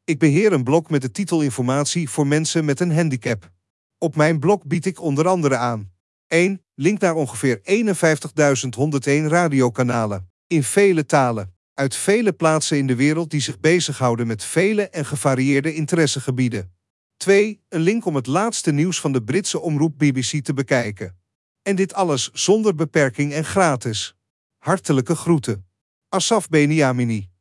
Ik beheer een blog met de titel Informatie voor mensen met een handicap. Op mijn blog bied ik onder andere aan 1. Link naar ongeveer 51.101 radiokanalen, in vele talen, uit vele plaatsen in de wereld die zich bezighouden met vele en gevarieerde interessegebieden. 2. Een link om het laatste nieuws van de Britse omroep BBC te bekijken. En dit alles zonder beperking en gratis. Hartelijke groeten. Asaf Beniamini.